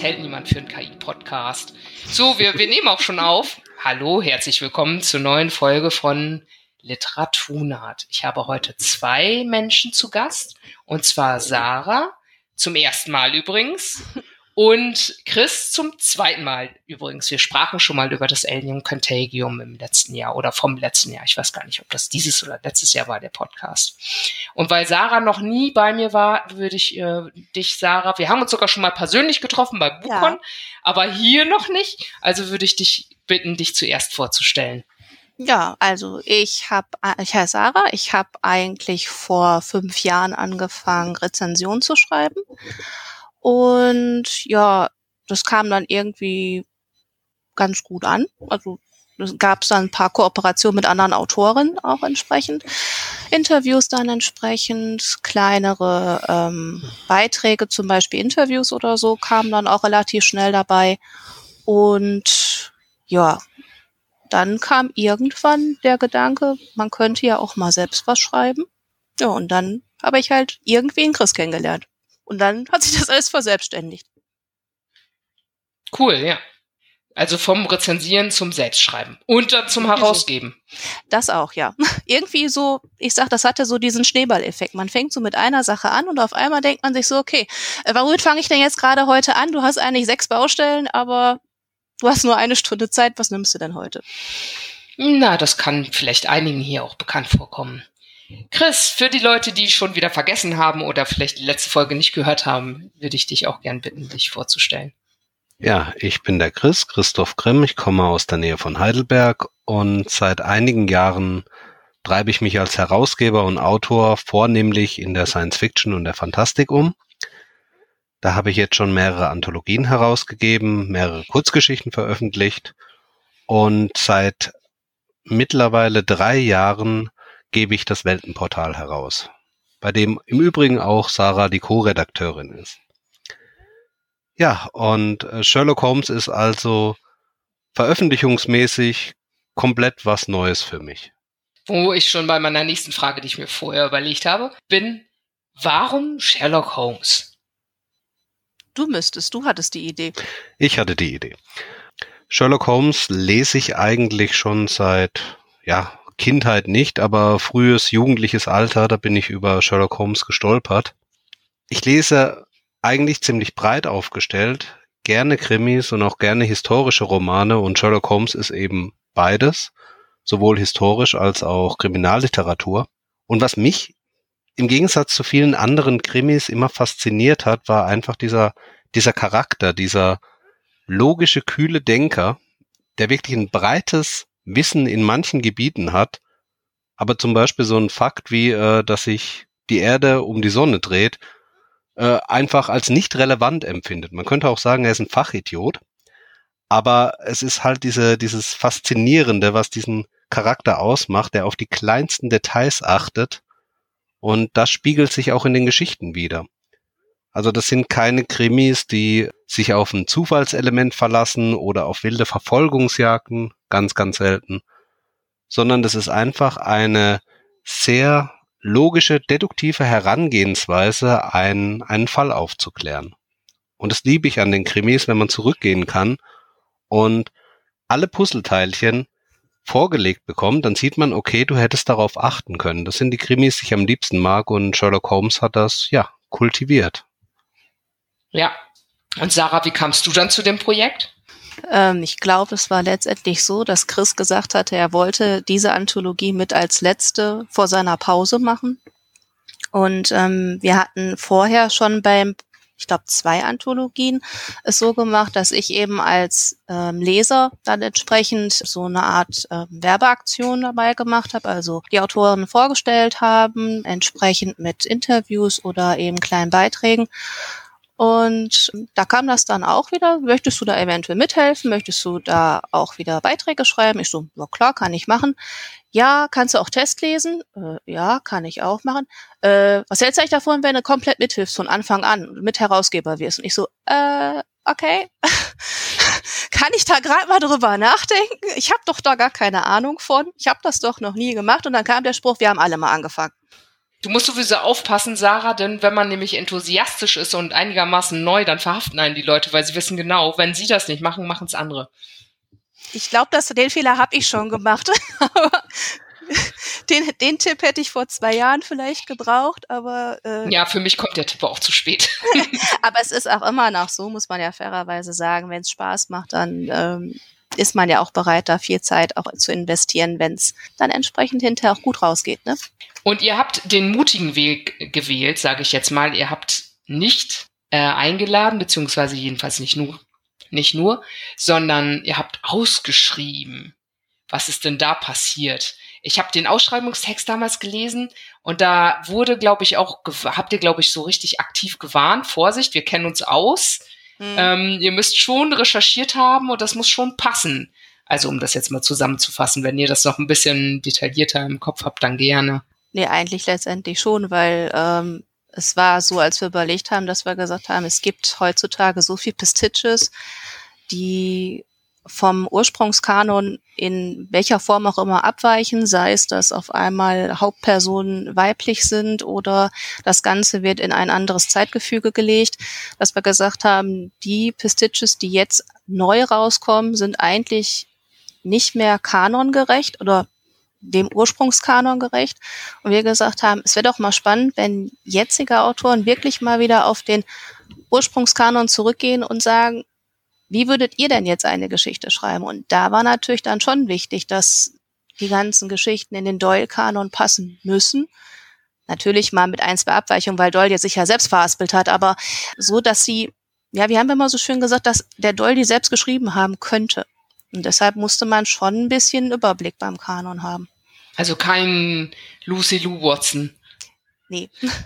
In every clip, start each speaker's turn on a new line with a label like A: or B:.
A: hält niemand für einen KI-Podcast. So, wir nehmen auch schon auf. Hallo, herzlich willkommen zur neuen Folge von Literatunat. Ich habe heute 2 Menschen zu Gast, und zwar Sarah, zum ersten Mal übrigens, und Chris zum zweiten Mal übrigens. Wir sprachen schon mal über das Alien Contagium im letzten Jahr oder vom letzten Jahr. Ich weiß gar nicht, ob das dieses oder letztes Jahr war, der Podcast. Und weil Sarah noch nie bei mir war, würde ich dich, Sarah, wir haben uns sogar schon mal persönlich getroffen bei BuCon, aber hier noch nicht. Also würde ich dich bitten, dich zuerst vorzustellen.
B: Ja, also ich heiße Sarah. Ich habe eigentlich vor 5 Jahren angefangen, Rezensionen zu schreiben. Und ja, das kam dann irgendwie ganz gut an. Also es gab dann ein paar Kooperationen mit anderen Autoren auch entsprechend. Interviews dann entsprechend, kleinere Beiträge, zum Beispiel Interviews oder so, kamen dann auch relativ schnell dabei. Und ja, dann kam irgendwann der Gedanke, man könnte ja auch mal selbst was schreiben. Ja, und dann habe ich halt irgendwie einen Chris kennengelernt. Und dann hat sich das alles verselbstständigt.
A: Cool, ja. Also vom Rezensieren zum Selbstschreiben und dann zum Herausgeben.
B: Das auch, ja. Irgendwie so, ich sag, das hatte so diesen Schneeballeffekt. Man fängt so mit einer Sache an und auf einmal denkt man sich so, okay, womit fange ich denn jetzt gerade heute an? Du hast eigentlich 6 Baustellen, aber du hast nur 1 Stunde Zeit. Was nimmst du denn heute?
A: Na, das kann vielleicht einigen hier auch bekannt vorkommen. Chris, für die Leute, die schon wieder vergessen haben oder vielleicht die letzte Folge nicht gehört haben, würde ich dich auch gern bitten, dich vorzustellen.
C: Ja, ich bin der Christoph Grimm. Ich komme aus der Nähe von Heidelberg und seit einigen Jahren treibe ich mich als Herausgeber und Autor vornehmlich in der Science-Fiction und der Fantastik um. Da habe ich jetzt schon mehrere Anthologien herausgegeben, mehrere Kurzgeschichten veröffentlicht und seit mittlerweile 3 Jahren gebe ich das Weltenportal heraus, bei dem im Übrigen auch Sarah die Co-Redakteurin ist. Ja, und Sherlock Holmes ist also veröffentlichungsmäßig komplett was Neues für mich.
A: Wo ich schon bei meiner nächsten Frage, die ich mir vorher überlegt habe, bin, warum Sherlock Holmes?
B: Du hattest die Idee.
C: Ich hatte die Idee. Sherlock Holmes lese ich eigentlich schon seit, Kindheit nicht, aber frühes jugendliches Alter, da bin ich über Sherlock Holmes gestolpert. Ich lese eigentlich ziemlich breit aufgestellt, gerne Krimis und auch gerne historische Romane und Sherlock Holmes ist eben beides, sowohl historisch als auch Kriminalliteratur. Und was mich im Gegensatz zu vielen anderen Krimis immer fasziniert hat, war einfach dieser Charakter, dieser logische, kühle Denker, der wirklich ein breites Wissen in manchen Gebieten hat, aber zum Beispiel so ein Fakt wie, dass sich die Erde um die Sonne dreht, einfach als nicht relevant empfindet. Man könnte auch sagen, er ist ein Fachidiot, aber es ist halt dieses Faszinierende, was diesen Charakter ausmacht, der auf die kleinsten Details achtet und das spiegelt sich auch in den Geschichten wider. Also das sind keine Krimis, die sich auf ein Zufallselement verlassen oder auf wilde Verfolgungsjagden, ganz, ganz selten, sondern das ist einfach eine sehr logische, deduktive Herangehensweise, einen Fall aufzuklären. Und das liebe ich an den Krimis, wenn man zurückgehen kann und alle Puzzleteilchen vorgelegt bekommt, dann sieht man, okay, du hättest darauf achten können. Das sind die Krimis, die ich am liebsten mag und Sherlock Holmes hat das, kultiviert.
A: Ja. Und Sarah, wie kamst du dann zu dem Projekt?
B: Ich glaube, es war letztendlich so, dass Chris gesagt hatte, er wollte diese Anthologie mit als letzte vor seiner Pause machen. Und wir hatten vorher schon beim, ich glaube, 2 Anthologien es so gemacht, dass ich eben als Leser dann entsprechend so eine Art Werbeaktion dabei gemacht habe, also die Autoren vorgestellt haben, entsprechend mit Interviews oder eben kleinen Beiträgen. Und da kam das dann auch wieder, möchtest du da eventuell mithelfen, möchtest du da auch wieder Beiträge schreiben? Ich so, ja klar, kann ich machen. Ja, kannst du auch Test lesen? Ja, kann ich auch machen. Was hältst du eigentlich davon, wenn du komplett mithilfst von Anfang an, mit Herausgeber wirst? Und ich so, okay. Kann ich da gerade mal drüber nachdenken? Ich habe doch da gar keine Ahnung von. Ich habe das doch noch nie gemacht. Und dann kam der Spruch, wir haben alle mal angefangen.
A: Du musst sowieso aufpassen, Sarah, denn wenn man nämlich enthusiastisch ist und einigermaßen neu, dann verhaften einen die Leute, weil sie wissen genau, wenn sie das nicht machen, machen es andere.
B: Ich glaube, den Fehler habe ich schon gemacht. Den Tipp hätte ich vor 2 Jahren vielleicht gebraucht, aber...
A: Ja, für mich kommt der Tipp auch zu spät.
B: Aber es ist auch immer noch so, muss man ja fairerweise sagen, wenn es Spaß macht, dann ist man ja auch bereit, da viel Zeit auch zu investieren, wenn es dann entsprechend hinterher auch gut rausgeht, ne?
A: Und ihr habt den mutigen Weg gewählt, sage ich jetzt mal. Ihr habt nicht eingeladen, beziehungsweise jedenfalls nicht nur, sondern ihr habt ausgeschrieben. Was ist denn da passiert? Ich habe den Ausschreibungstext damals gelesen und da wurde, glaube ich, habt ihr, glaube ich, so richtig aktiv gewarnt. Vorsicht, wir kennen uns aus. Ihr müsst schon recherchiert haben und das muss schon passen. Also um das jetzt mal zusammenzufassen, wenn ihr das noch ein bisschen detaillierter im Kopf habt, dann gerne.
B: Nee, eigentlich letztendlich schon, weil es war so, als wir überlegt haben, dass wir gesagt haben, es gibt heutzutage so viel Pastiches, die vom Ursprungskanon in welcher Form auch immer abweichen, sei es, dass auf einmal Hauptpersonen weiblich sind oder das Ganze wird in ein anderes Zeitgefüge gelegt, dass wir gesagt haben, die Pastiches, die jetzt neu rauskommen, sind eigentlich nicht mehr kanongerecht oder dem Ursprungskanon gerecht. Und wir gesagt haben, es wäre doch mal spannend, wenn jetzige Autoren wirklich mal wieder auf den Ursprungskanon zurückgehen und sagen, wie würdet ihr denn jetzt eine Geschichte schreiben? Und da war natürlich dann schon wichtig, dass die ganzen Geschichten in den Doyle-Kanon passen müssen. Natürlich mal mit 1, 2 Abweichungen, weil Doyle jetzt sich ja selbst verhaspelt hat, aber so, dass sie, ja, wir haben immer so schön gesagt, dass der Doyle die selbst geschrieben haben könnte. Und deshalb musste man schon ein bisschen Überblick beim Kanon haben.
A: Also kein Lucy Lou Watson.
B: Nee.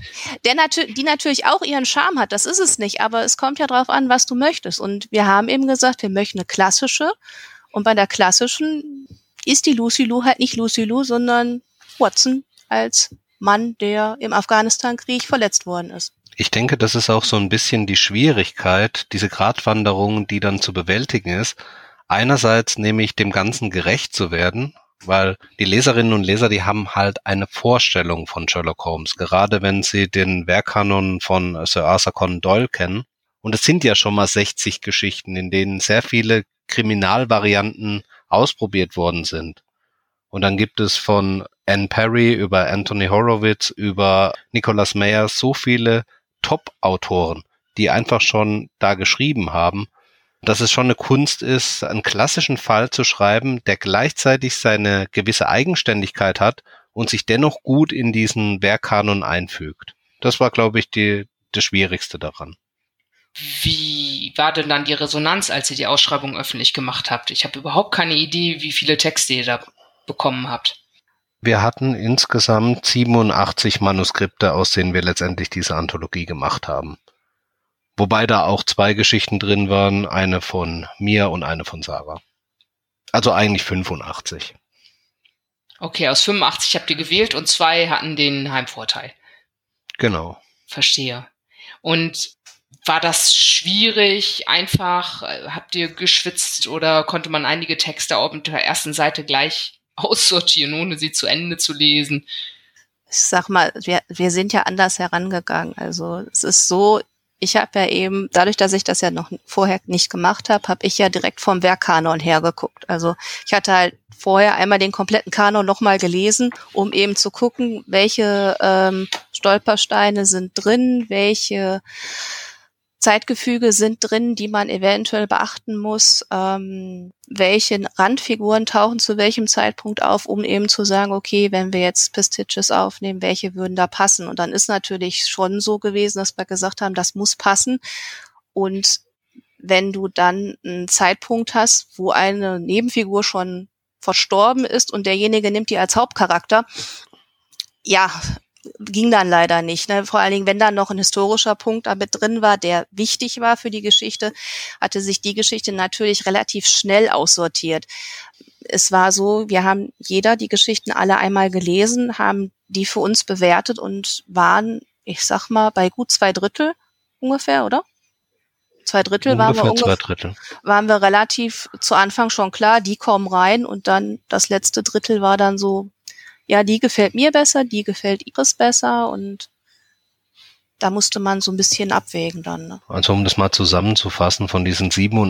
B: Die natürlich auch ihren Charme hat, das ist es nicht, aber es kommt ja drauf an, was du möchtest. Und wir haben eben gesagt, wir möchten eine klassische. Und bei der klassischen ist die Lucy Lou halt nicht Lucy Lou, sondern Watson als Mann, der im Afghanistan-Krieg verletzt worden ist.
C: Ich denke, das ist auch so ein bisschen die Schwierigkeit, diese Gratwanderung, die dann zu bewältigen ist. Einerseits nämlich dem Ganzen gerecht zu werden, weil die Leserinnen und Leser, die haben halt eine Vorstellung von Sherlock Holmes, gerade wenn sie den Werkkanon von Sir Arthur Conan Doyle kennen. Und es sind ja schon mal 60 Geschichten, in denen sehr viele Kriminalvarianten ausprobiert worden sind. Und dann gibt es von Anne Perry über Anthony Horowitz über Nicholas Meyer so viele Top-Autoren, die einfach schon da geschrieben haben, dass es schon eine Kunst ist, einen klassischen Fall zu schreiben, der gleichzeitig seine gewisse Eigenständigkeit hat und sich dennoch gut in diesen Werkkanon einfügt. Das war, glaube ich, das Schwierigste daran.
A: Wie war denn dann die Resonanz, als ihr die Ausschreibung öffentlich gemacht habt? Ich habe überhaupt keine Idee, wie viele Texte ihr da bekommen habt.
C: Wir hatten insgesamt 87 Manuskripte, aus denen wir letztendlich diese Anthologie gemacht haben. Wobei da auch 2 Geschichten drin waren, eine von mir und eine von Sarah. Also eigentlich 85.
A: Okay, aus 85 habt ihr gewählt und 2 hatten den Heimvorteil.
C: Genau.
A: Verstehe. Und war das schwierig, einfach? Habt ihr geschwitzt oder konnte man einige Texte auf der ersten Seite gleich aussortieren, ohne sie zu Ende zu lesen?
B: Ich sag mal, wir sind ja anders herangegangen. Also es ist so, ich habe ja eben, dadurch, dass ich das ja noch vorher nicht gemacht habe, habe ich ja direkt vom Werkkanon hergeguckt. Also ich hatte halt vorher einmal den kompletten Kanon nochmal gelesen, um eben zu gucken, welche Stolpersteine sind drin, welche Zeitgefüge sind drin, die man eventuell beachten muss, welche Randfiguren tauchen zu welchem Zeitpunkt auf, um eben zu sagen, okay, wenn wir jetzt Pastiches aufnehmen, welche würden da passen? Und dann ist natürlich schon so gewesen, dass wir gesagt haben, das muss passen. Und wenn du dann einen Zeitpunkt hast, wo eine Nebenfigur schon verstorben ist und derjenige nimmt die als Hauptcharakter, ja, ging dann leider nicht. Ne? Vor allen Dingen, wenn dann noch ein historischer Punkt damit drin war, der wichtig war für die Geschichte, hatte sich die Geschichte natürlich relativ schnell aussortiert. Es war so, wir haben jeder die Geschichten alle einmal gelesen, haben die für uns bewertet und waren, ich sag mal, bei gut 2/3 ungefähr, oder? 2/3 waren wir relativ zu Anfang schon klar, die kommen rein und dann das letzte Drittel war dann so, ja, die gefällt mir besser, die gefällt Iris besser und da musste man so ein bisschen abwägen dann. Ne?
C: Also um das mal zusammenzufassen, von diesen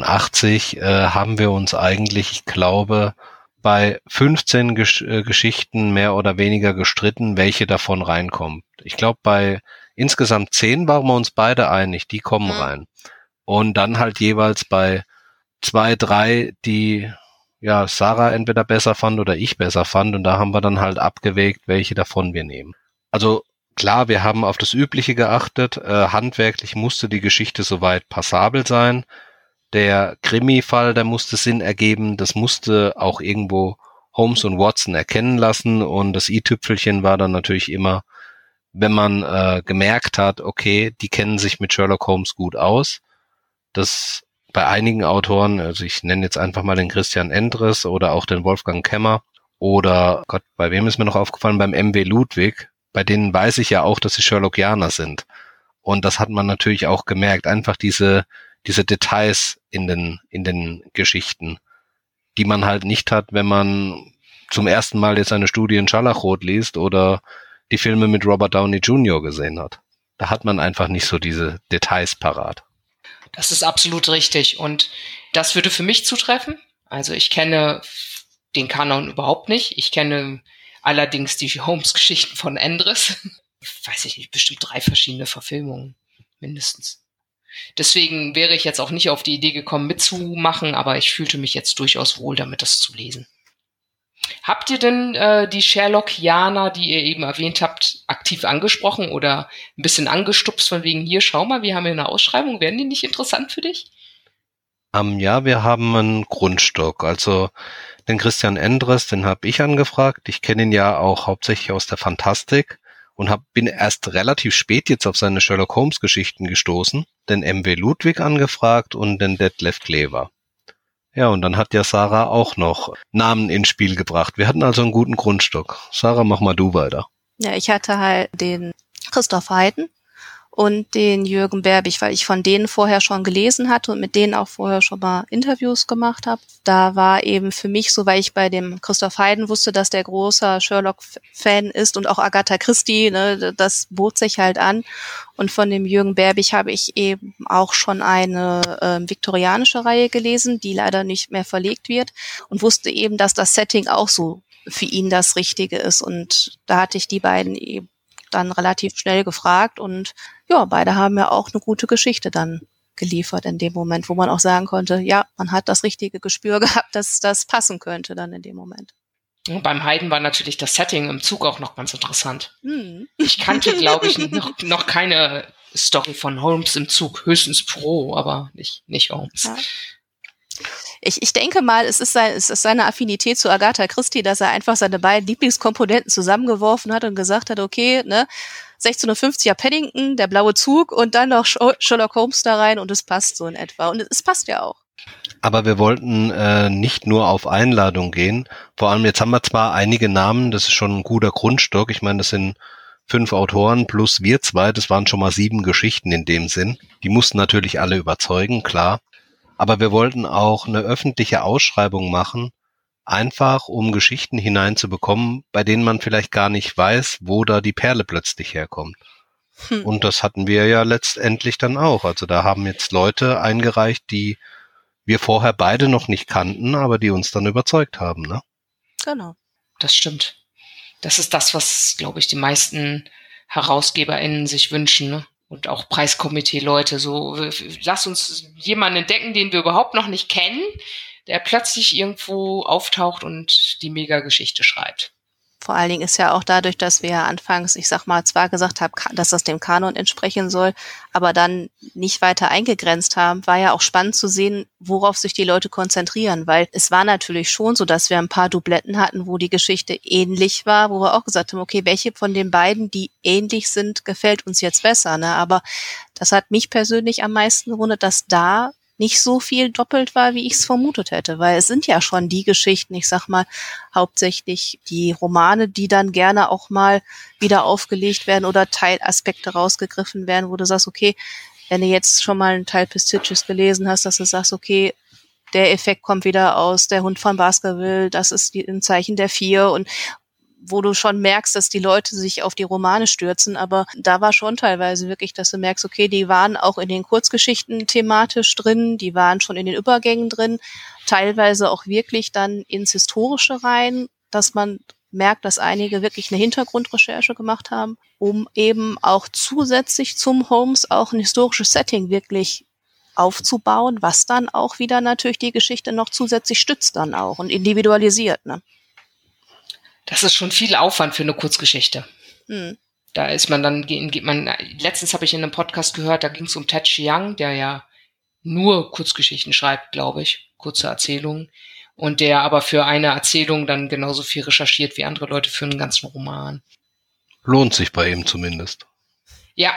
C: 87 haben wir uns eigentlich, ich glaube, bei 15 Geschichten mehr oder weniger gestritten, welche davon reinkommt. Ich glaube, bei insgesamt 10 waren wir uns beide einig, die kommen rein. Und dann halt jeweils bei 2, 3, die ja Sarah entweder besser fand oder ich besser fand. Und da haben wir dann halt abgewägt, welche davon wir nehmen. Also klar, wir haben auf das Übliche geachtet. Handwerklich musste die Geschichte soweit passabel sein. Der Krimi-Fall, der musste Sinn ergeben. Das musste auch irgendwo Holmes und Watson erkennen lassen. Und das i-Tüpfelchen war dann natürlich immer, wenn man gemerkt hat, okay, die kennen sich mit Sherlock Holmes gut aus. Das bei einigen Autoren, also ich nenne jetzt einfach mal den Christian Endres oder auch den Wolfgang Kemmer oder, Gott, bei wem ist mir noch aufgefallen, beim M.W. Ludwig, bei denen weiß ich ja auch, dass sie Sherlockianer sind. Und das hat man natürlich auch gemerkt, einfach diese Details in den Geschichten, die man halt nicht hat, wenn man zum ersten Mal jetzt eine Studie in Scharlachrot liest oder die Filme mit Robert Downey Jr. gesehen hat. Da hat man einfach nicht so diese Details parat.
A: Das ist absolut richtig und das würde für mich zutreffen. Also ich kenne den Kanon überhaupt nicht. Ich kenne allerdings die Holmes-Geschichten von Endres. Weiß ich nicht, bestimmt 3 verschiedene Verfilmungen mindestens. Deswegen wäre ich jetzt auch nicht auf die Idee gekommen mitzumachen, aber ich fühlte mich jetzt durchaus wohl damit, das zu lesen. Habt ihr denn die Sherlockianer, die ihr eben erwähnt habt, aktiv angesprochen oder ein bisschen angestupst von wegen, hier, schau mal, wir haben hier eine Ausschreibung, wären die nicht interessant für dich?
C: Ja, wir haben einen Grundstock, also den Christian Endres, den habe ich angefragt. Ich kenne ihn ja auch hauptsächlich aus der Fantastik und bin erst relativ spät jetzt auf seine Sherlock Holmes Geschichten gestoßen, den M.W. Ludwig angefragt und den Detlef Klever. Ja, und dann hat ja Sarah auch noch Namen ins Spiel gebracht. Wir hatten also einen guten Grundstock. Sarah, mach mal du weiter.
B: Ja, ich hatte halt den Christoph Heiden und den Jürgen Berbig, weil ich von denen vorher schon gelesen hatte und mit denen auch vorher schon mal Interviews gemacht habe. Da war eben für mich so, weil ich bei dem Christoph Heiden wusste, dass der großer Sherlock-Fan ist und auch Agatha Christie, ne, das bot sich halt an. Und von dem Jürgen Berbig habe ich eben auch schon eine viktorianische Reihe gelesen, die leider nicht mehr verlegt wird und wusste eben, dass das Setting auch so für ihn das Richtige ist. Und da hatte ich die beiden eben dann relativ schnell gefragt und ja, beide haben ja auch eine gute Geschichte dann geliefert in dem Moment, wo man auch sagen konnte, ja, man hat das richtige Gespür gehabt, dass das passen könnte dann in dem Moment.
A: Ja, beim Heiden war natürlich das Setting im Zug auch noch ganz interessant. Ich kannte, glaube ich, noch keine Story von Holmes im Zug, höchstens Poirot, aber nicht Holmes.
B: Ja. Ich denke mal, es ist seine Affinität zu Agatha Christie, dass er einfach seine beiden Lieblingskomponenten zusammengeworfen hat und gesagt hat, okay, ne, 1650er Paddington, der blaue Zug und dann noch Sherlock Holmes da rein und es passt so in etwa. Und es passt ja auch.
C: Aber wir wollten nicht nur auf Einladung gehen. Vor allem jetzt haben wir zwar einige Namen, das ist schon ein guter Grundstock. Ich meine, das sind 5 Autoren plus wir 2, das waren schon mal 7 Geschichten in dem Sinn. Die mussten natürlich alle überzeugen, klar. Aber wir wollten auch eine öffentliche Ausschreibung machen, einfach um Geschichten hineinzubekommen, bei denen man vielleicht gar nicht weiß, wo da die Perle plötzlich herkommt. Und das hatten wir ja letztendlich dann auch. Also da haben jetzt Leute eingereicht, die wir vorher beide noch nicht kannten, aber die uns dann überzeugt haben, ne?
B: Genau.
A: Das stimmt. Das ist das, was, glaube ich, die meisten HerausgeberInnen sich wünschen, ne? Und auch Preiskomitee-Leute, so, lass uns jemanden entdecken, den wir überhaupt noch nicht kennen, der plötzlich irgendwo auftaucht und die Mega-Geschichte schreibt.
B: Vor allen Dingen ist ja auch dadurch, dass wir ja anfangs, ich sag mal, zwar gesagt haben, dass das dem Kanon entsprechen soll, aber dann nicht weiter eingegrenzt haben, war ja auch spannend zu sehen, worauf sich die Leute konzentrieren, weil es war natürlich schon so, dass wir ein paar Dubletten hatten, wo die Geschichte ähnlich war, wo wir auch gesagt haben, okay, welche von den beiden, die ähnlich sind, gefällt uns jetzt besser, ne? Aber das hat mich persönlich am meisten gewundert, dass da nicht so viel doppelt war, wie ich es vermutet hätte, weil es sind ja schon die Geschichten, ich sag mal, hauptsächlich die Romane, die dann gerne auch mal wieder aufgelegt werden oder Teilaspekte rausgegriffen werden, wo du sagst, okay, wenn du jetzt schon mal einen Teil Pistiches gelesen hast, dass du sagst, okay, der Effekt kommt wieder aus Der Hund von Baskerville, das ist ein Zeichen der 4 und wo du schon merkst, dass die Leute sich auf die Romane stürzen, aber da war schon teilweise wirklich, dass du merkst, okay, die waren auch in den Kurzgeschichten thematisch drin, die waren schon in den Übergängen drin, teilweise auch wirklich dann ins Historische rein, dass man merkt, dass einige wirklich eine Hintergrundrecherche gemacht haben, um eben auch zusätzlich zum Holmes auch ein historisches Setting wirklich aufzubauen, was dann auch wieder natürlich die Geschichte noch zusätzlich stützt dann auch und individualisiert, ne?
A: Das ist schon viel Aufwand für eine Kurzgeschichte. Da ist man dann, letztens habe ich in einem Podcast gehört, da ging es um Ted Chiang, der ja nur Kurzgeschichten schreibt, glaube ich, kurze Erzählungen, und der aber für eine Erzählung dann genauso viel recherchiert wie andere Leute für einen ganzen Roman.
C: Lohnt sich bei ihm zumindest.
A: Ja.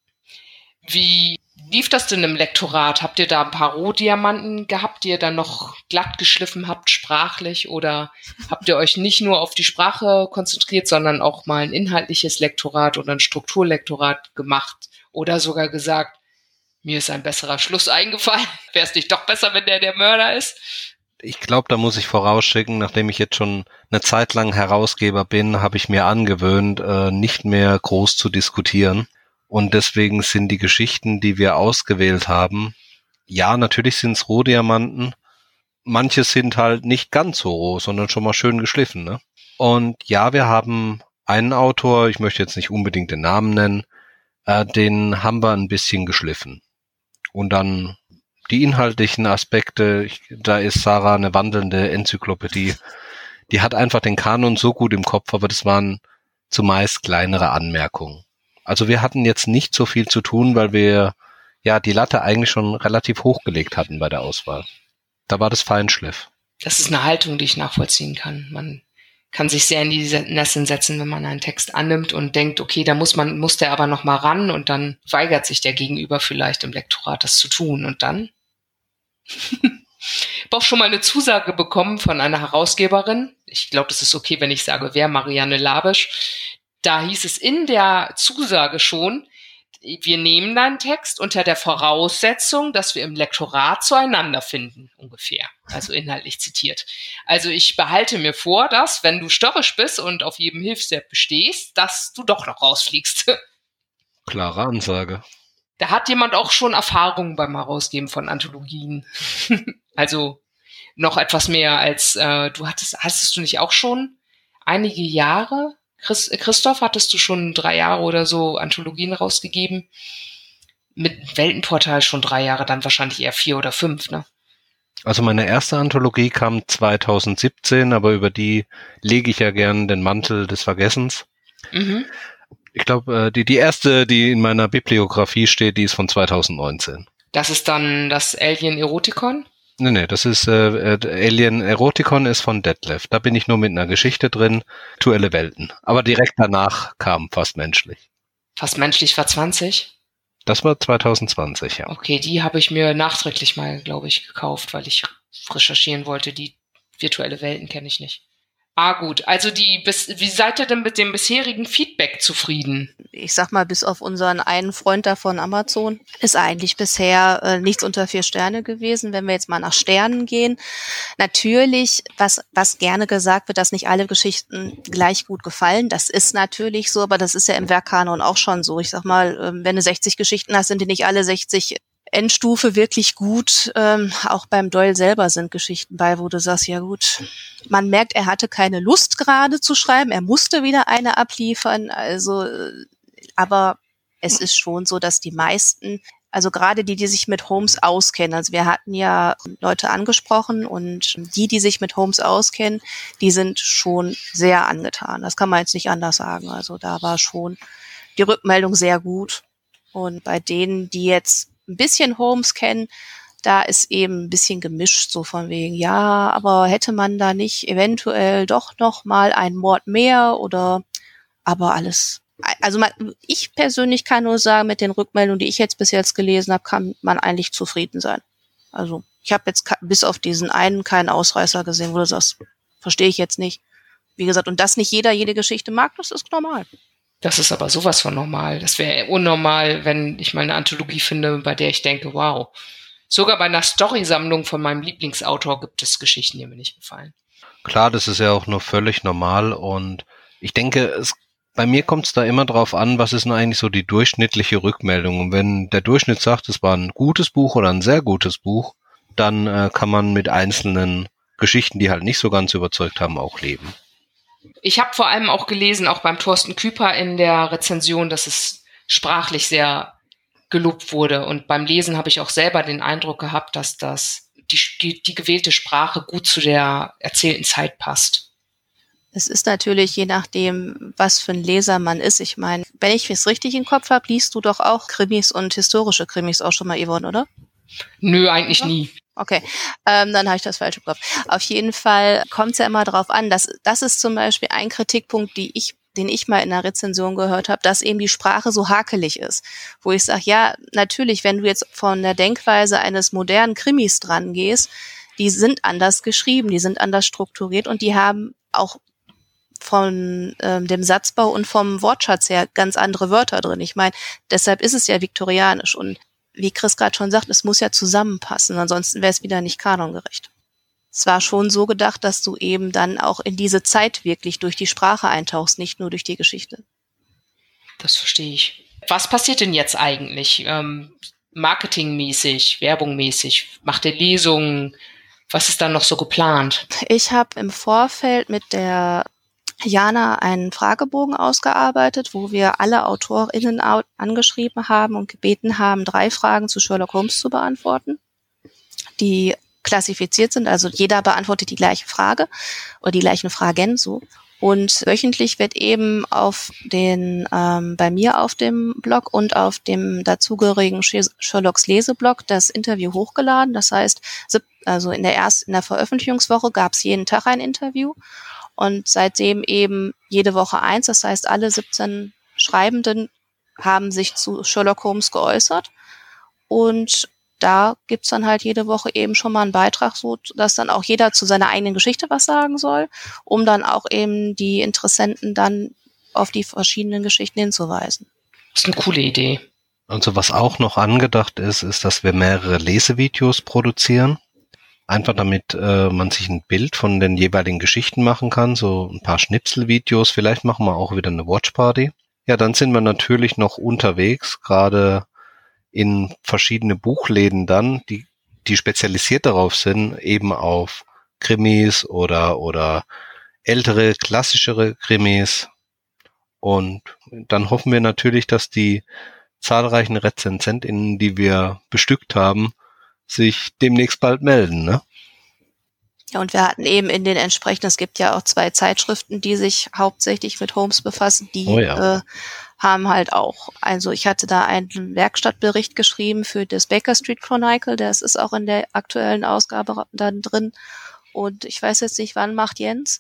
A: Wie lief das denn im Lektorat? Habt ihr da ein paar Rohdiamanten gehabt, die ihr dann noch glatt geschliffen habt, sprachlich? Oder habt ihr euch nicht nur auf die Sprache konzentriert, sondern auch mal ein inhaltliches Lektorat oder ein Strukturlektorat gemacht? Oder sogar gesagt, mir ist ein besserer Schluss eingefallen. Wäre es nicht doch besser, wenn der Mörder ist?
C: Ich glaube, da muss ich vorausschicken, nachdem ich jetzt schon eine Zeit lang Herausgeber bin, habe ich mir angewöhnt, nicht mehr groß zu diskutieren. Und deswegen sind die Geschichten, die wir ausgewählt haben, ja, natürlich sind es Rohdiamanten. Manche sind halt nicht ganz so roh, sondern schon mal schön geschliffen, ne? Und ja, wir haben einen Autor, ich möchte jetzt nicht unbedingt den Namen nennen, den haben wir ein bisschen geschliffen. Und dann die inhaltlichen Aspekte, da ist Sarah eine wandelnde Enzyklopädie. Die hat einfach den Kanon so gut im Kopf, aber das waren zumeist kleinere Anmerkungen. Also wir hatten jetzt nicht so viel zu tun, weil wir ja die Latte eigentlich schon relativ hochgelegt hatten bei der Auswahl. Da war das Feinschliff.
A: Das ist eine Haltung, die ich nachvollziehen kann. Man kann sich sehr in die Nesseln setzen, wenn man einen Text annimmt und denkt, okay, da muss der aber noch mal ran, und dann weigert sich der Gegenüber vielleicht im Lektorat, das zu tun. Und dann ich habe auch schon mal eine Zusage bekommen von einer Herausgeberin. Ich glaube, das ist okay, wenn ich sage, wer, Marianne Labisch. Da hieß es in der Zusage schon, wir nehmen deinen Text unter der Voraussetzung, dass wir im Lektorat zueinander finden, ungefähr. Also inhaltlich zitiert. Also ich behalte mir vor, dass, wenn du störrisch bist und auf jedem Hilfsstep bestehst, dass du doch noch rausfliegst.
C: Klare Ansage.
A: Da hat jemand auch schon Erfahrungen beim Herausgeben von Anthologien. Also noch etwas mehr als hattest du nicht auch schon einige Jahre? Christoph, hattest du schon 3 Jahre oder so Anthologien rausgegeben? Mit Weltenportal schon 3 Jahre, dann wahrscheinlich eher 4 oder 5, ne?
C: Also meine erste Anthologie kam 2017, aber über die lege ich ja gern den Mantel des Vergessens. Mhm. Ich glaube, die erste, die in meiner Bibliografie steht, die ist von 2019.
A: Das ist dann das Alien Erotikon?
C: Nee, das ist Alien Erotikon ist von Detlef. Da bin ich nur mit einer Geschichte drin, Virtuelle Welten. Aber direkt danach kam Fast Menschlich.
A: Fast Menschlich war 20?
C: Das war 2020, ja.
A: Okay, die habe ich mir nachträglich mal, glaube ich, gekauft, weil ich recherchieren wollte. Die Virtuelle Welten kenne ich nicht. Ah, gut. Also wie seid ihr denn mit dem bisherigen Feedback zufrieden?
B: Ich sag mal, bis auf unseren einen Freund da von Amazon ist eigentlich bisher nichts unter 4 Sterne gewesen, wenn wir jetzt mal nach Sternen gehen. Natürlich, was gerne gesagt wird, dass nicht alle Geschichten gleich gut gefallen. Das ist natürlich so, aber das ist ja im Werkkanon auch schon so. Ich sag mal, wenn du 60 Geschichten hast, sind die nicht alle 60 Endstufe wirklich gut. Auch beim Doyle selber sind Geschichten bei, wo du sagst, ja gut, man merkt, er hatte keine Lust gerade zu schreiben, er musste wieder eine abliefern, also, aber es ist schon so, dass die meisten, also gerade die sich mit Holmes auskennen, also wir hatten ja Leute angesprochen und die sich mit Holmes auskennen, die sind schon sehr angetan. Das kann man jetzt nicht anders sagen. Also da war schon die Rückmeldung sehr gut. Und bei denen, die jetzt ein bisschen Holmes kennen, da ist eben ein bisschen gemischt, so von wegen, ja, aber hätte man da nicht eventuell doch noch mal einen Mord mehr oder, aber alles. Also ich persönlich kann nur sagen, mit den Rückmeldungen, die ich jetzt bis jetzt gelesen habe, kann man eigentlich zufrieden sein. Also ich habe jetzt bis auf diesen einen keinen Ausreißer gesehen, wo du sagst, verstehe ich jetzt nicht. Wie gesagt, und dass nicht jeder jede Geschichte mag, das ist normal.
A: Das ist aber sowas von normal. Das wäre unnormal, wenn ich mal eine Anthologie finde, bei der ich denke, wow. Sogar bei einer Storysammlung von meinem Lieblingsautor gibt es Geschichten, die mir nicht gefallen.
C: Klar, das ist ja auch nur völlig normal und Ich denke, bei mir kommt es da immer drauf an, was ist denn eigentlich so die durchschnittliche Rückmeldung. Und wenn der Durchschnitt sagt, es war ein gutes Buch oder ein sehr gutes Buch, dann kann man mit einzelnen Geschichten, die halt nicht so ganz überzeugt haben, auch leben.
A: Ich habe vor allem auch gelesen, auch beim Thorsten Küper in der Rezension, dass es sprachlich sehr gelobt wurde. Und beim Lesen habe ich auch selber den Eindruck gehabt, dass die gewählte Sprache gut zu der erzählten Zeit passt.
B: Es ist natürlich je nachdem, was für ein Leser man ist. Ich meine, wenn ich es richtig im Kopf habe, liest du doch auch Krimis und historische Krimis auch schon mal, Yvonne, oder?
A: Nö, eigentlich nie.
B: Okay, dann habe ich das falsch im Kopf. Auf jeden Fall kommt es ja immer darauf an, das ist zum Beispiel ein Kritikpunkt, den ich mal in einer Rezension gehört habe, dass eben die Sprache so hakelig ist. Wo ich sage, ja, natürlich, wenn du jetzt von der Denkweise eines modernen Krimis dran gehst, die sind anders geschrieben, die sind anders strukturiert und die haben auch von dem Satzbau und vom Wortschatz her ganz andere Wörter drin. Ich meine, deshalb ist es ja viktorianisch und wie Chris gerade schon sagt, es muss ja zusammenpassen, ansonsten wäre es wieder nicht kanongerecht. Es war schon so gedacht, dass du eben dann auch in diese Zeit wirklich durch die Sprache eintauchst, nicht nur durch die Geschichte.
A: Das verstehe ich. Was passiert denn jetzt eigentlich? Marketingmäßig, werbungmäßig? Macht ihr Lesungen? Was ist dann noch so geplant?
B: Ich habe im Vorfeld mit der Jana einen Fragebogen ausgearbeitet, wo wir alle AutorInnen angeschrieben haben und gebeten haben, 3 Fragen zu Sherlock Holmes zu beantworten, die klassifiziert sind. Also jeder beantwortet die gleiche Frage oder die gleichen Fragen so. Und wöchentlich wird eben auf bei mir auf dem Blog und auf dem dazugehörigen Sherlocks Leseblog das Interview hochgeladen. Das heißt, also in der Veröffentlichungswoche gab es jeden Tag ein Interview. Und seitdem eben jede Woche 1, das heißt alle 17 Schreibenden haben sich zu Sherlock Holmes geäußert. Und da gibt's dann halt jede Woche eben schon mal einen Beitrag, so dass dann auch jeder zu seiner eigenen Geschichte was sagen soll, um dann auch eben die Interessenten dann auf die verschiedenen Geschichten hinzuweisen.
A: Das ist eine coole Idee.
C: Also was auch noch angedacht ist, dass wir mehrere Lesevideos produzieren. Einfach damit man sich ein Bild von den jeweiligen Geschichten machen kann, so ein paar Schnipselvideos. Vielleicht machen wir auch wieder eine Watchparty. Ja, dann sind wir natürlich noch unterwegs, gerade in verschiedene Buchläden dann, die spezialisiert darauf sind, eben auf Krimis oder ältere, klassischere Krimis. Und dann hoffen wir natürlich, dass die zahlreichen RezensentInnen, die wir bestückt haben, sich demnächst bald melden, ne?
B: Ja, und wir hatten eben in den entsprechenden, es gibt ja auch 2 Zeitschriften, die sich hauptsächlich mit Holmes befassen, die haben halt auch, also ich hatte da einen Werkstattbericht geschrieben für das Baker Street Chronicle, das ist auch in der aktuellen Ausgabe dann drin und ich weiß jetzt nicht, wann macht Jens?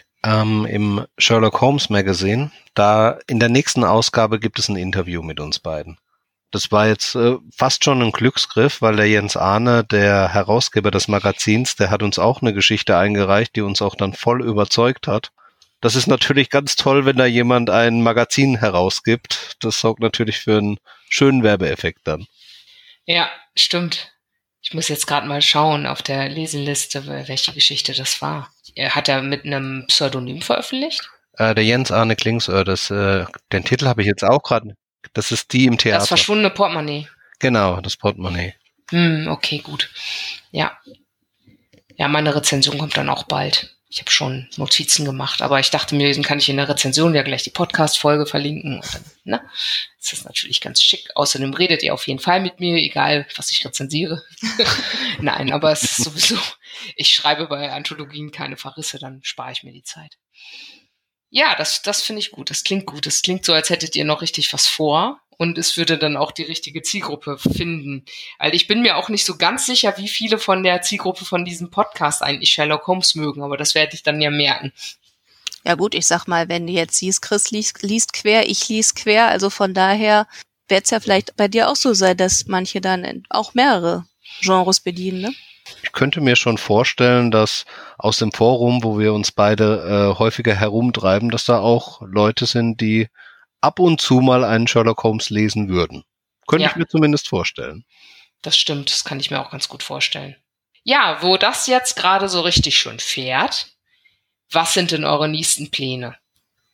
C: Im Sherlock Holmes Magazine, da in der nächsten Ausgabe gibt es ein Interview mit uns beiden. Das war jetzt fast schon ein Glücksgriff, weil der Jens Ahne, der Herausgeber des Magazins, der hat uns auch eine Geschichte eingereicht, die uns auch dann voll überzeugt hat. Das ist natürlich ganz toll, wenn da jemand ein Magazin herausgibt. Das sorgt natürlich für einen schönen Werbeeffekt dann.
A: Ja, stimmt. Ich muss jetzt gerade mal schauen auf der Leseliste, welche Geschichte das war. Hat er mit einem Pseudonym veröffentlicht?
C: Der Jens Ahne Klingsöhr, den Titel habe ich jetzt auch gerade. Das ist die im Theater.
A: Das verschwundene Portemonnaie.
C: Genau, das Portemonnaie.
A: Okay, gut. Ja. Ja, meine Rezension kommt dann auch bald. Ich habe schon Notizen gemacht, aber ich dachte mir, dann kann ich in der Rezension ja gleich die Podcast-Folge verlinken. Und dann, ne? Das ist natürlich ganz schick. Außerdem redet ihr auf jeden Fall mit mir, egal was ich rezensiere. Nein, aber es ist sowieso, ich schreibe bei Anthologien keine Verrisse, dann spare ich mir die Zeit. Ja, das finde ich gut. Das klingt gut. Das klingt so, als hättet ihr noch richtig was vor und es würde dann auch die richtige Zielgruppe finden. Weil ich bin mir auch nicht so ganz sicher, wie viele von der Zielgruppe von diesem Podcast eigentlich Sherlock Holmes mögen, aber das werde ich dann ja merken.
B: Ja gut, ich sag mal, wenn du jetzt siehst, Chris liest quer, ich lies quer, also von daher wird es ja vielleicht bei dir auch so sein, dass manche dann auch mehrere Genres bedienen, ne?
C: Ich könnte mir schon vorstellen, dass aus dem Forum, wo wir uns beide häufiger herumtreiben, dass da auch Leute sind, die ab und zu mal einen Sherlock Holmes lesen würden. Könnte ich mir zumindest vorstellen.
A: Das stimmt, das kann ich mir auch ganz gut vorstellen. Ja, wo das jetzt gerade so richtig schon fährt, was sind denn eure nächsten Pläne?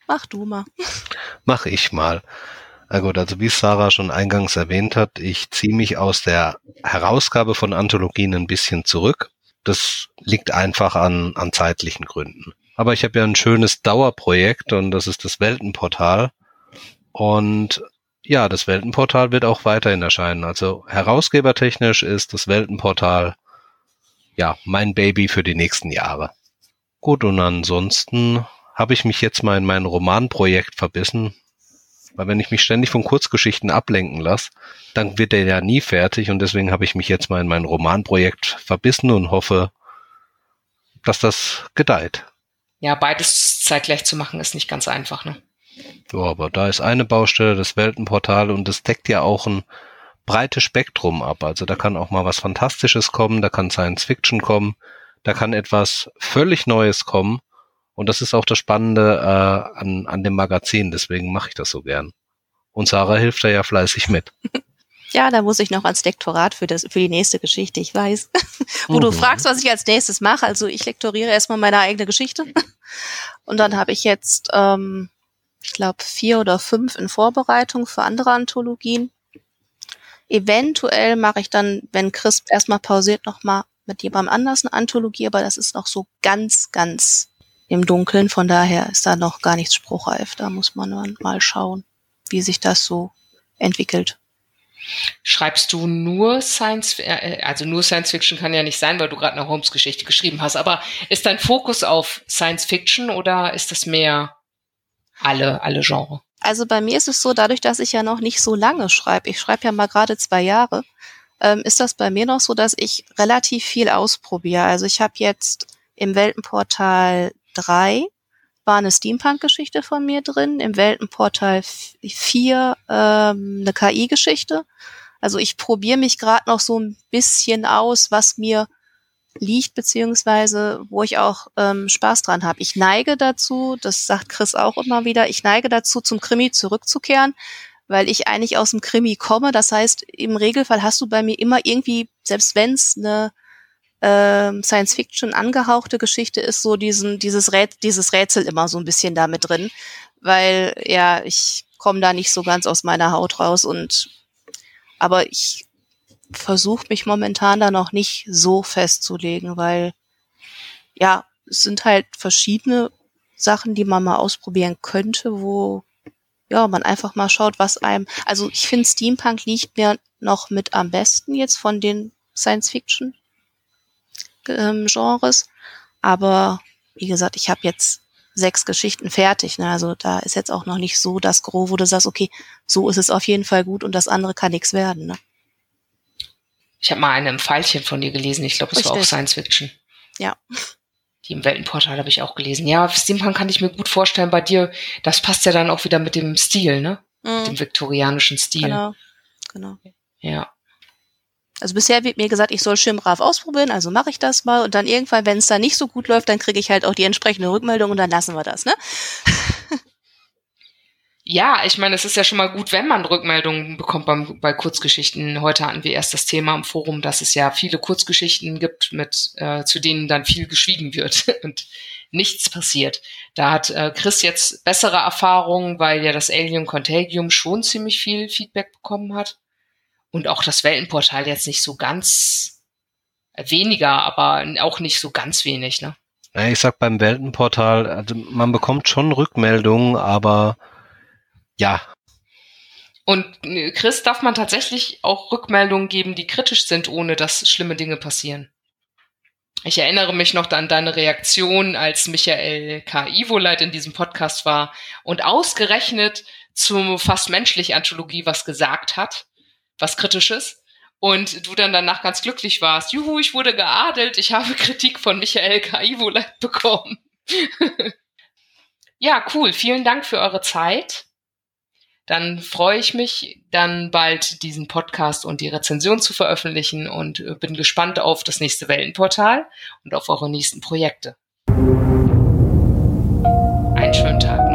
B: Mach du mal.
C: Mach ich mal. Na gut, also wie Sarah schon eingangs erwähnt hat, ich ziehe mich aus der Herausgabe von Anthologien ein bisschen zurück. Das liegt einfach an zeitlichen Gründen. Aber ich habe ja ein schönes Dauerprojekt und das ist das Weltenportal. Und ja, das Weltenportal wird auch weiterhin erscheinen. Also herausgebertechnisch ist das Weltenportal ja mein Baby für die nächsten Jahre. Gut, und ansonsten habe ich mich jetzt mal in mein Romanprojekt verbissen. Weil wenn ich mich ständig von Kurzgeschichten ablenken lasse, dann wird der ja nie fertig und deswegen habe ich mich jetzt mal in mein Romanprojekt verbissen und hoffe, dass das gedeiht.
A: Ja, beides zeitgleich zu machen ist nicht ganz einfach, ne?
C: Ja, aber da ist eine Baustelle, das Weltenportal, und das deckt ja auch ein breites Spektrum ab. Also da kann auch mal was Fantastisches kommen, da kann Science Fiction kommen, da kann etwas völlig Neues kommen. Und das ist auch das Spannende an dem Magazin, deswegen mache ich das so gern. Und Sarah hilft da ja fleißig mit.
B: Ja, da muss ich noch ans Lektorat für die nächste Geschichte, ich weiß. Wo du fragst, was ich als nächstes mache. Also ich lektoriere erstmal meine eigene Geschichte. Und dann habe ich jetzt, ich glaube, 4 oder 5 in Vorbereitung für andere Anthologien. Eventuell mache ich dann, wenn Chris erstmal pausiert, nochmal mit jemandem anders eine Anthologie, aber das ist noch so ganz, ganz im Dunkeln. Von daher ist da noch gar nichts spruchreif. Da muss man dann mal schauen, wie sich das so entwickelt.
A: Schreibst du nur nur Science Fiction kann ja nicht sein, weil du gerade eine Holmes-Geschichte geschrieben hast, aber ist dein Fokus auf Science Fiction oder ist das mehr alle Genre?
B: Also bei mir ist es so, dadurch, dass ich ja noch nicht so lange schreibe, ich schreibe ja mal gerade 2 Jahre, ist das bei mir noch so, dass ich relativ viel ausprobiere. Also ich habe jetzt im Weltenportal 3 war eine Steampunk-Geschichte von mir drin, im Weltenportal 4 eine KI-Geschichte. Also ich probiere mich gerade noch so ein bisschen aus, was mir liegt, beziehungsweise wo ich auch Spaß dran habe. Ich neige dazu, das sagt Chris auch immer wieder, ich neige dazu, zum Krimi zurückzukehren, weil ich eigentlich aus dem Krimi komme. Das heißt, im Regelfall hast du bei mir immer irgendwie, selbst wenn es eine Science-Fiction angehauchte Geschichte ist, so dieses Rätsel immer so ein bisschen da mit drin, weil ja, ich komme da nicht so ganz aus meiner Haut raus aber ich versuche mich momentan da noch nicht so festzulegen, weil ja, es sind halt verschiedene Sachen, die man mal ausprobieren könnte, wo ja, man einfach mal schaut, also ich finde Steampunk liegt mir noch mit am besten jetzt von den Science-Fiction Genres, aber wie gesagt, ich habe jetzt 6 Geschichten fertig, ne? Also da ist jetzt auch noch nicht so das Gros, wo du sagst, okay, so ist es auf jeden Fall gut und das andere kann nichts werden, ne?
A: Ich habe mal eine im Pfeilchen von dir gelesen, ich glaube, es war auch Science Fiction.
B: Ja.
A: Die im Weltenportal habe ich auch gelesen. Ja, Steampunk kann ich mir gut vorstellen bei dir, das passt ja dann auch wieder mit dem Stil, ne? Mit dem viktorianischen Stil.
B: Genau.
A: Ja.
B: Also bisher wird mir gesagt, ich soll schön brav ausprobieren, also mache ich das mal und dann irgendwann, wenn es dann nicht so gut läuft, dann kriege ich halt auch die entsprechende Rückmeldung und dann lassen wir das, ne?
A: Ja, ich meine, es ist ja schon mal gut, wenn man Rückmeldungen bekommt bei Kurzgeschichten. Heute hatten wir erst das Thema im Forum, dass es ja viele Kurzgeschichten gibt, zu denen dann viel geschwiegen wird und nichts passiert. Da hat Chris jetzt bessere Erfahrungen, weil ja das Alien Contagium schon ziemlich viel Feedback bekommen hat. Und auch das Weltenportal jetzt nicht so ganz weniger, aber auch nicht so ganz wenig, ne?
C: Ja, ich sag beim Weltenportal, also man bekommt schon Rückmeldungen, aber ja.
A: Und Chris, darf man tatsächlich auch Rückmeldungen geben, die kritisch sind, ohne dass schlimme Dinge passieren? Ich erinnere mich noch an deine Reaktion, als Michael K. Ivoleit in diesem Podcast war und ausgerechnet zur Fast menschlich Anthologie was gesagt hat, was Kritisches, und du dann danach ganz glücklich warst. Juhu, ich wurde geadelt, ich habe Kritik von Michael K. Ivoleit bekommen. Ja, cool, vielen Dank für eure Zeit. Dann freue ich mich, dann bald diesen Podcast und die Rezension zu veröffentlichen und bin gespannt auf das nächste Weltenportal und auf eure nächsten Projekte. Einen schönen Tag.